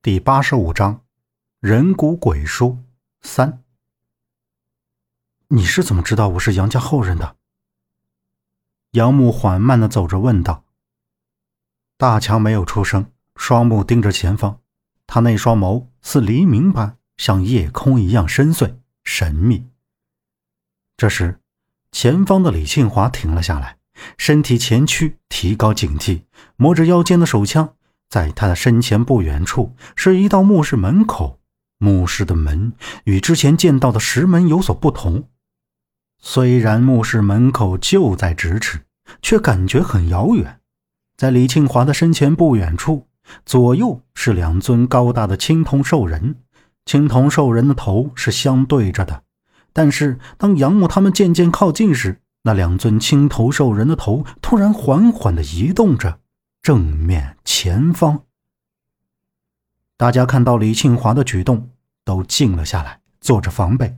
第85章人骨鬼书3。你是怎么知道我是杨家后人的？杨木缓慢地走着问道。大强没有出声，双目盯着前方，他那双眸似黎明般，像夜空一样深邃神秘。这时前方的李庆华停了下来，身体前屈，提高警惕，摸着腰间的手枪。在他的身前不远处是一道墓室门口，墓室的门与之前见到的石门有所不同。虽然墓室门口就在咫尺，却感觉很遥远。在李庆华的身前不远处，左右是两尊高大的青铜兽人，青铜兽人的头是相对着的，但是当杨木他们渐渐靠近时，那两尊青铜兽人的头突然缓缓地移动着，正面前方。大家看到李庆华的举动，都静了下来，做着防备。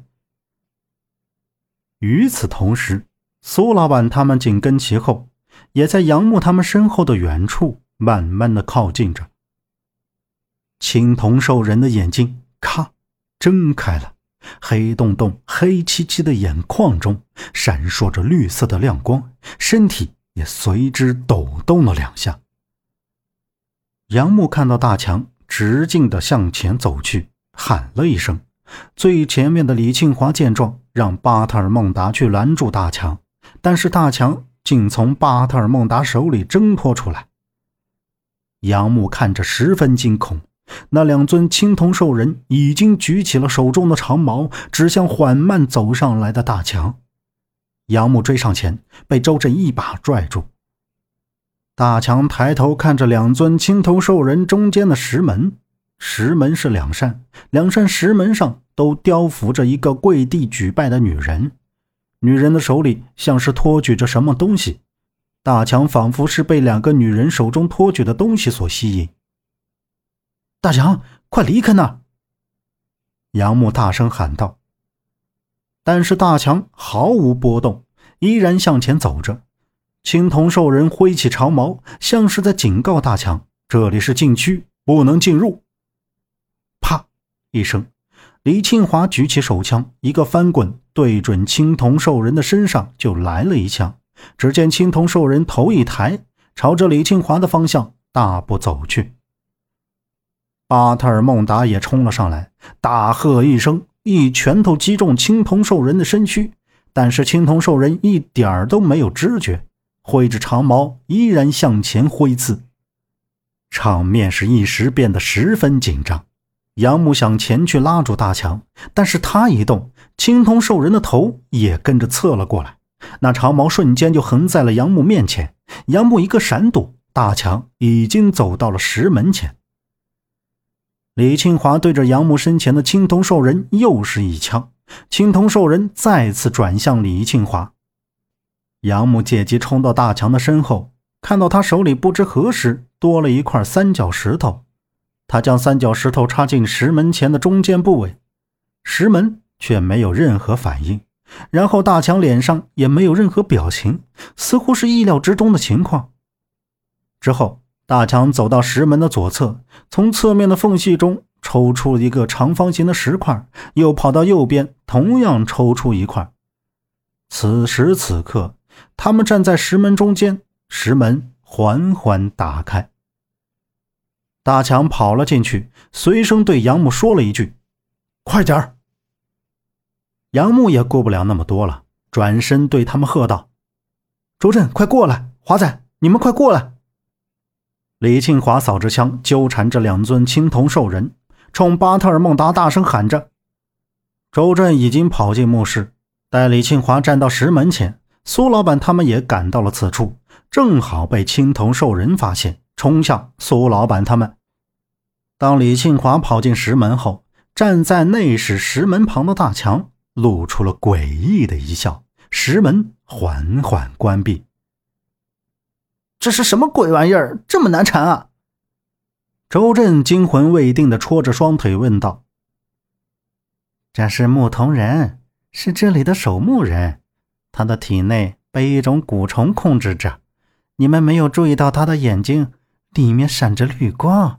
与此同时，苏老板他们紧跟其后，也在杨木他们身后的远处慢慢的靠近着。青铜兽人的眼睛咔睁开了，黑洞洞黑漆漆的眼眶中闪烁着绿色的亮光，身体也随之抖动了两下。杨木看到大强直径地向前走去，喊了一声。最前面的李庆华见状，让巴特尔孟达去拦住大强，但是大强竟从巴特尔孟达手里挣脱出来。杨木看着十分惊恐，那两尊青铜兽人已经举起了手中的长矛，指向缓慢走上来的大强。杨木追上前，被周震一把拽住。大强抬头看着两尊青铜兽人中间的石门，石门是两扇石门上都雕伏着一个跪地举拜的女人，女人的手里像是托举着什么东西，大强仿佛是被两个女人手中托举的东西所吸引。大强，快离开那儿！杨木大声喊道。但是大强毫无波动，依然向前走着。青铜兽人挥起长矛，像是在警告大强，这里是禁区，不能进入。啪一声，李庆华举起手枪，一个翻滚，对准青铜兽人的身上就来了一枪。只见青铜兽人头一抬，朝着李庆华的方向大步走去。巴特尔孟达也冲了上来，大喝一声，一拳头击中青铜兽人的身躯，但是青铜兽人一点都没有知觉，挥着长矛依然向前挥刺。场面是一时变得十分紧张。杨木想前去拉住大强，但是他一动，青铜兽人的头也跟着侧了过来，那长矛瞬间就横在了杨木面前。杨木一个闪躲，大强已经走到了石门前。李庆华对着杨木身前的青铜兽人又是一枪，青铜兽人再次转向李庆华。杨木借机冲到大强的身后，看到他手里不知何时多了一块三角石头，他将三角石头插进石门前的中间部位，石门却没有任何反应，然后大强脸上也没有任何表情，似乎是意料之中的情况。之后大强走到石门的左侧，从侧面的缝隙中抽出一个长方形的石块，又跑到右边同样抽出一块。此时此刻他们站在石门中间，石门缓缓打开。大强跑了进去，随声对杨木说了一句：快点儿！杨木也顾不了那么多了，转身对他们喝道：周震，快过来！华仔，你们快过来！李庆华扫着枪，纠缠着两尊青铜兽人，冲巴特尔孟达大声喊着。周震已经跑进墓室，待李庆华站到石门前，苏老板他们也赶到了此处，正好被青铜兽人发现，冲向苏老板他们。当李庆华跑进石门后，站在内室石门旁的大强露出了诡异的一笑，石门缓缓关闭。 这是什么鬼玩意儿，这么难缠啊？ 周震惊魂未定地戳着双腿问道。这是牧童人，是这里的守墓人，他的体内被一种蛊虫控制着，你们没有注意到他的眼睛里面闪着绿光，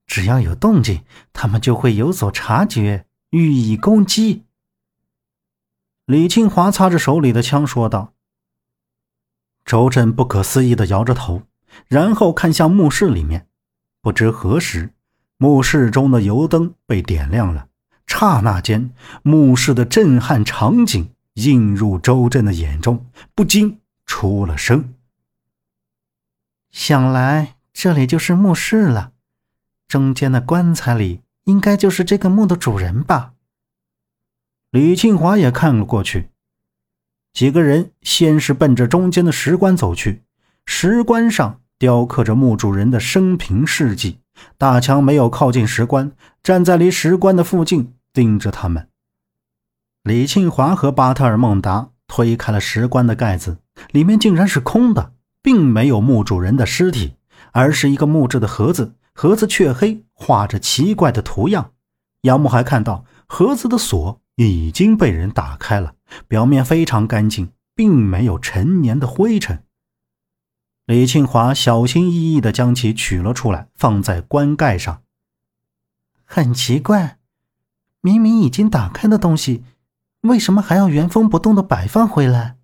只要有动静，他们就会有所察觉，予以攻击。 李庆华擦着手里的枪说道。周震不可思议地摇着头，然后看向墓室里面。不知何时，墓室中的油灯被点亮了，刹那间，墓室的震撼场景映入周震的眼中，不禁出了声。 想来这里就是墓室了，中间的棺材里应该就是这个墓的主人吧。 李庆华也看了过去，几个人先是奔着中间的石棺走去，石棺上雕刻着墓主人的生平事迹。大强没有靠近石棺，站在离石棺的附近盯着他们。李庆华和巴特尔孟达推开了石棺的盖子，里面竟然是空的，并没有墓主人的尸体，而是一个木质的盒子，盒子黢黑，画着奇怪的图样。杨木还看到盒子的锁已经被人打开了，表面非常干净，并没有陈年的灰尘。李庆华小心翼翼地将其取了出来，放在棺盖上。 很奇怪，明明已经打开的东西，为什么还要原封不动地摆放回来？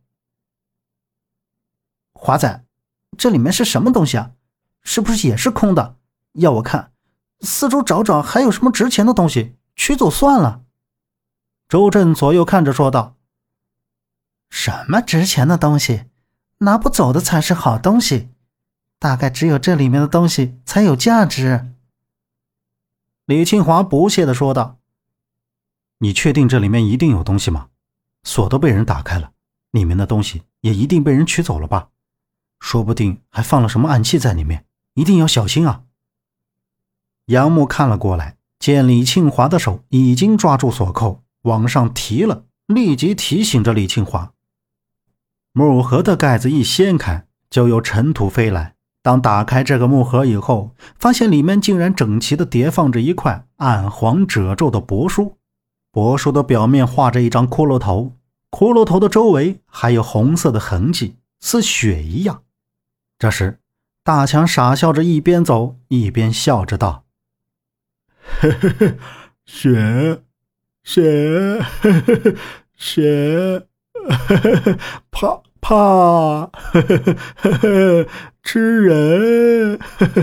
华仔，这里面是什么东西啊？是不是也是空的？要我看，四周找找还有什么值钱的东西，取走算了。 周震左右看着说道。 什么值钱的东西？拿不走的才是好东西，大概只有这里面的东西才有价值。 李庆华不屑地说道。你确定这里面一定有东西吗？锁都被人打开了，里面的东西也一定被人取走了吧？说不定还放了什么暗器在里面，一定要小心啊。杨木看了过来，见李庆华的手已经抓住锁扣，往上提了，立即提醒着李庆华。木盒的盖子一掀开，就有尘土飞来。当打开这个木盒以后，发现里面竟然整齐地叠放着一块暗黄褶皱的帛书。帛书的表面画着一张骷髅头，骷髅头的周围还有红色的痕迹，似血一样。这时大强傻笑着，一边走一边笑着道： 嘿嘿嘿，血血嘿嘿嘿，血怕吃人。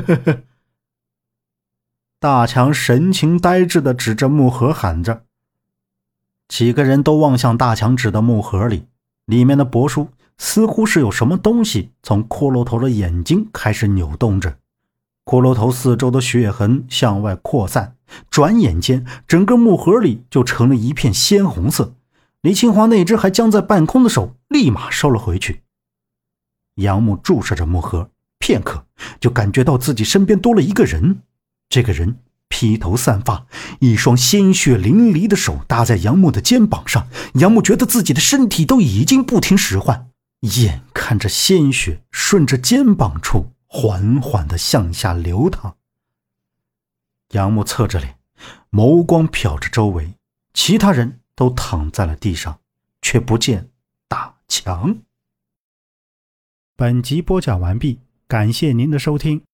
大强神情呆滞地指着木盒喊着。几个人都望向大强指的木盒里，里面的帛书似乎是有什么东西从骷髅头的眼睛开始扭动着，骷髅头四周的血痕向外扩散，转眼间整个木盒里就成了一片鲜红色。李庆华那只还僵在半空的手立马收了回去。杨木注视着木盒，片刻就感觉到自己身边多了一个人。这个人披头散发，一双鲜血淋漓的手搭在杨木的肩膀上，杨木觉得自己的身体都已经不听使唤，眼看着鲜血顺着肩膀处缓缓地向下流淌。杨木侧着脸，眸光瞟着周围，其他人都躺在了地上，却不见大强。本集播讲完毕，感谢您的收听。